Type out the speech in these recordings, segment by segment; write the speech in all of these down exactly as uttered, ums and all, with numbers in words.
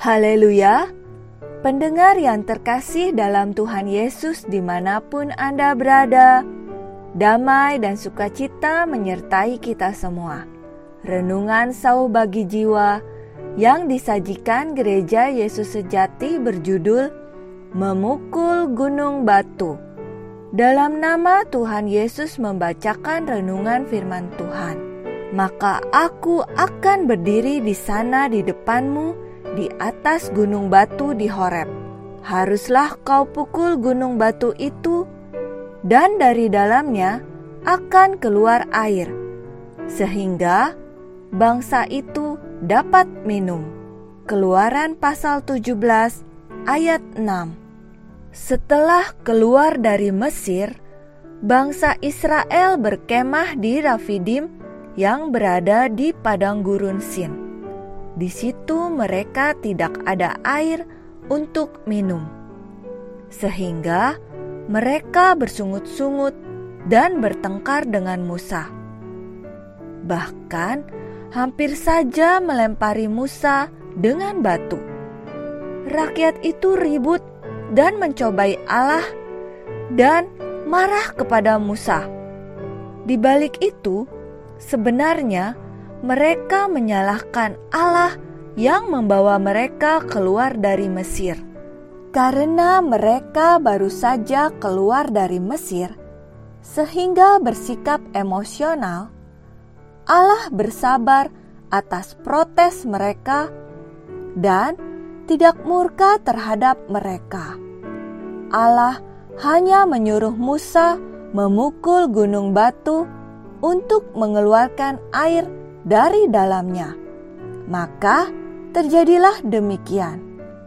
Haleluya! Pendengar yang terkasih dalam Tuhan Yesus dimanapun Anda berada, damai dan sukacita menyertai kita semua. Renungan Sauh Bagi Jiwa yang disajikan Gereja Yesus Sejati berjudul Memukul Gunung Batu. Dalam nama Tuhan Yesus membacakan renungan firman Tuhan. Maka aku akan berdiri di sana di depanmu, di atas gunung batu di Horeb. Haruslah kau pukul gunung batu itu, dan dari dalamnya akan keluar air, sehingga bangsa itu dapat minum. Keluaran pasal tujuh belas ayat enam. Setelah keluar dari Mesir, bangsa Israel berkemah di Rafidim yang berada di padang gurun Sin. Di situ mereka tidak ada air untuk minum, sehingga mereka bersungut-sungut dan bertengkar dengan Musa. Bahkan hampir saja melempari Musa dengan batu. Rakyat itu ribut dan mencobai Allah dan marah kepada Musa. Di balik itu, sebenarnya mereka menyalahkan Allah yang membawa mereka keluar dari Mesir. Karena mereka baru saja keluar dari Mesir, sehingga bersikap emosional, Allah bersabar atas protes mereka dan tidak murka terhadap mereka. Allah hanya menyuruh Musa memukul gunung batu untuk mengeluarkan air dari dalamnya. Maka terjadilah demikian.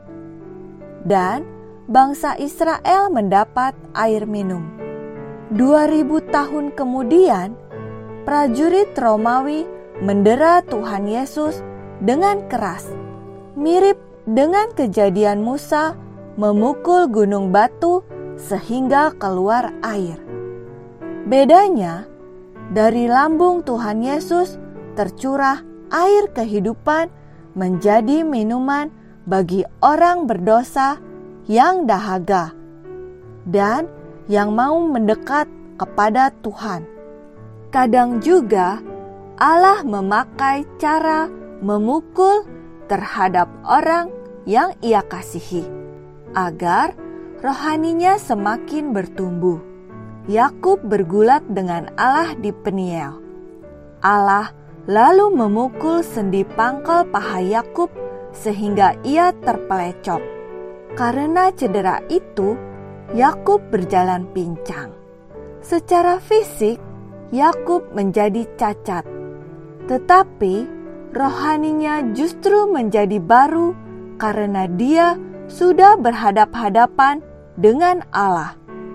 Dan bangsa Israel mendapat air minum. Dua ribu tahun kemudian, prajurit Romawi mendera Tuhan Yesus dengan keras, mirip dengan kejadian Musa memukul gunung batu sehingga keluar air. Bedanya, dari lambung Tuhan Yesus tercurah air kehidupan menjadi minuman bagi orang berdosa yang dahaga dan yang mau mendekat kepada Tuhan. Kadang juga Allah memakai cara memukul terhadap orang yang Ia kasihi, agar rohaninya semakin bertumbuh. Yakub bergulat dengan Allah di Peniel. Allah lalu memukul sendi pangkal paha Yakub sehingga ia terpelecok. Karena cedera itu, Yakub berjalan pincang. Secara fisik, Yakub menjadi cacat, tetapi rohaninya justru menjadi baru karena dia sudah berhadap-hadapan dengan Allah.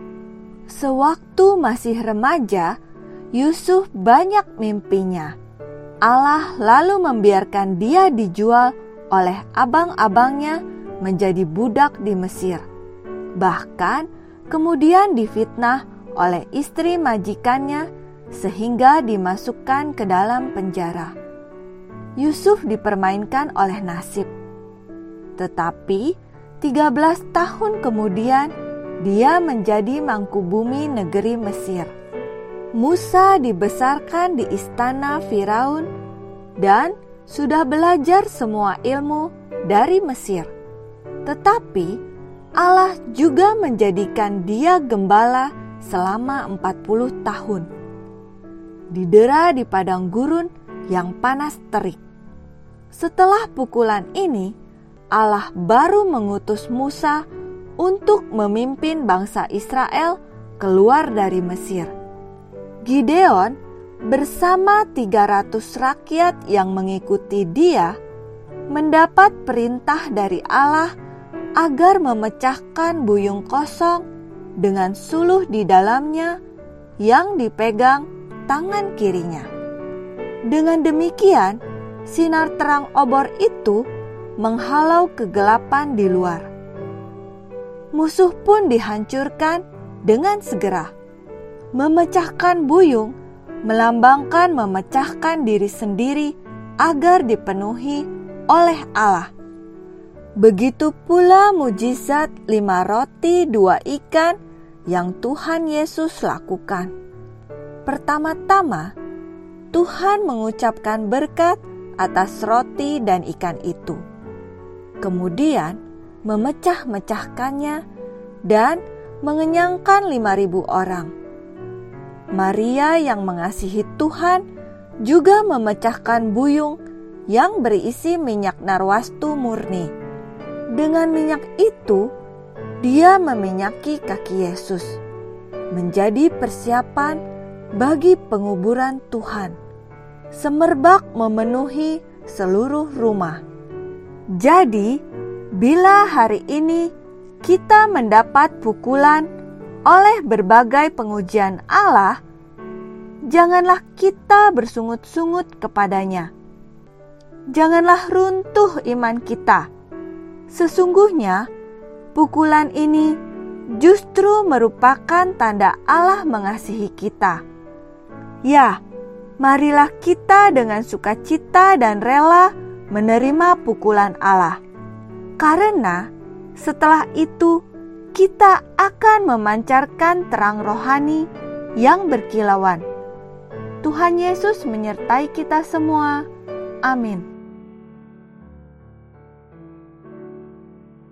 Sewaktu masih remaja, Yusuf banyak mimpinya. Allah lalu membiarkan dia dijual oleh abang-abangnya menjadi budak di Mesir. Bahkan kemudian difitnah oleh istri majikannya sehingga dimasukkan ke dalam penjara. Yusuf dipermainkan oleh nasib. Tetapi tiga belas tahun kemudian dia menjadi mangkubumi negeri Mesir. Musa dibesarkan di istana Firaun dan sudah belajar semua ilmu dari Mesir. Tetapi Allah juga menjadikan dia gembala selama empat puluh tahun. Didera di padang gurun yang panas terik. Setelah pukulan ini, Allah baru mengutus Musa untuk memimpin bangsa Israel keluar dari Mesir. Gideon bersama tiga ratus rakyat yang mengikuti dia mendapat perintah dari Allah agar memecahkan buyung kosong dengan suluh di dalamnya yang dipegang tangan kirinya. Dengan demikian, sinar terang obor itu menghalau kegelapan di luar. Musuh pun dihancurkan dengan segera. Memecahkan buyung melambangkan memecahkan diri sendiri agar dipenuhi oleh Allah. Begitu pula mujizat lima roti dua ikan yang Tuhan Yesus lakukan. Pertama-tama, Tuhan mengucapkan berkat atas roti dan ikan itu. Kemudian memecah-mecahkannya dan mengenyangkan lima ribu orang. Maria yang mengasihi Tuhan juga memecahkan buyung yang berisi minyak narwastu murni. Dengan minyak itu, dia meminyaki kaki Yesus, menjadi persiapan bagi penguburan Tuhan. Semerbak memenuhi seluruh rumah. Jadi, bila hari ini kita mendapat pukulan oleh berbagai pengujian Allah, janganlah kita bersungut-sungut kepadanya. Janganlah runtuh iman kita. Sesungguhnya, pukulan ini justru merupakan tanda Allah mengasihi kita. Ya, marilah kita dengan sukacita dan rela menerima pukulan Allah. Karena setelah itu kita akan memancarkan terang rohani yang berkilauan. Tuhan Yesus menyertai kita semua. Amin.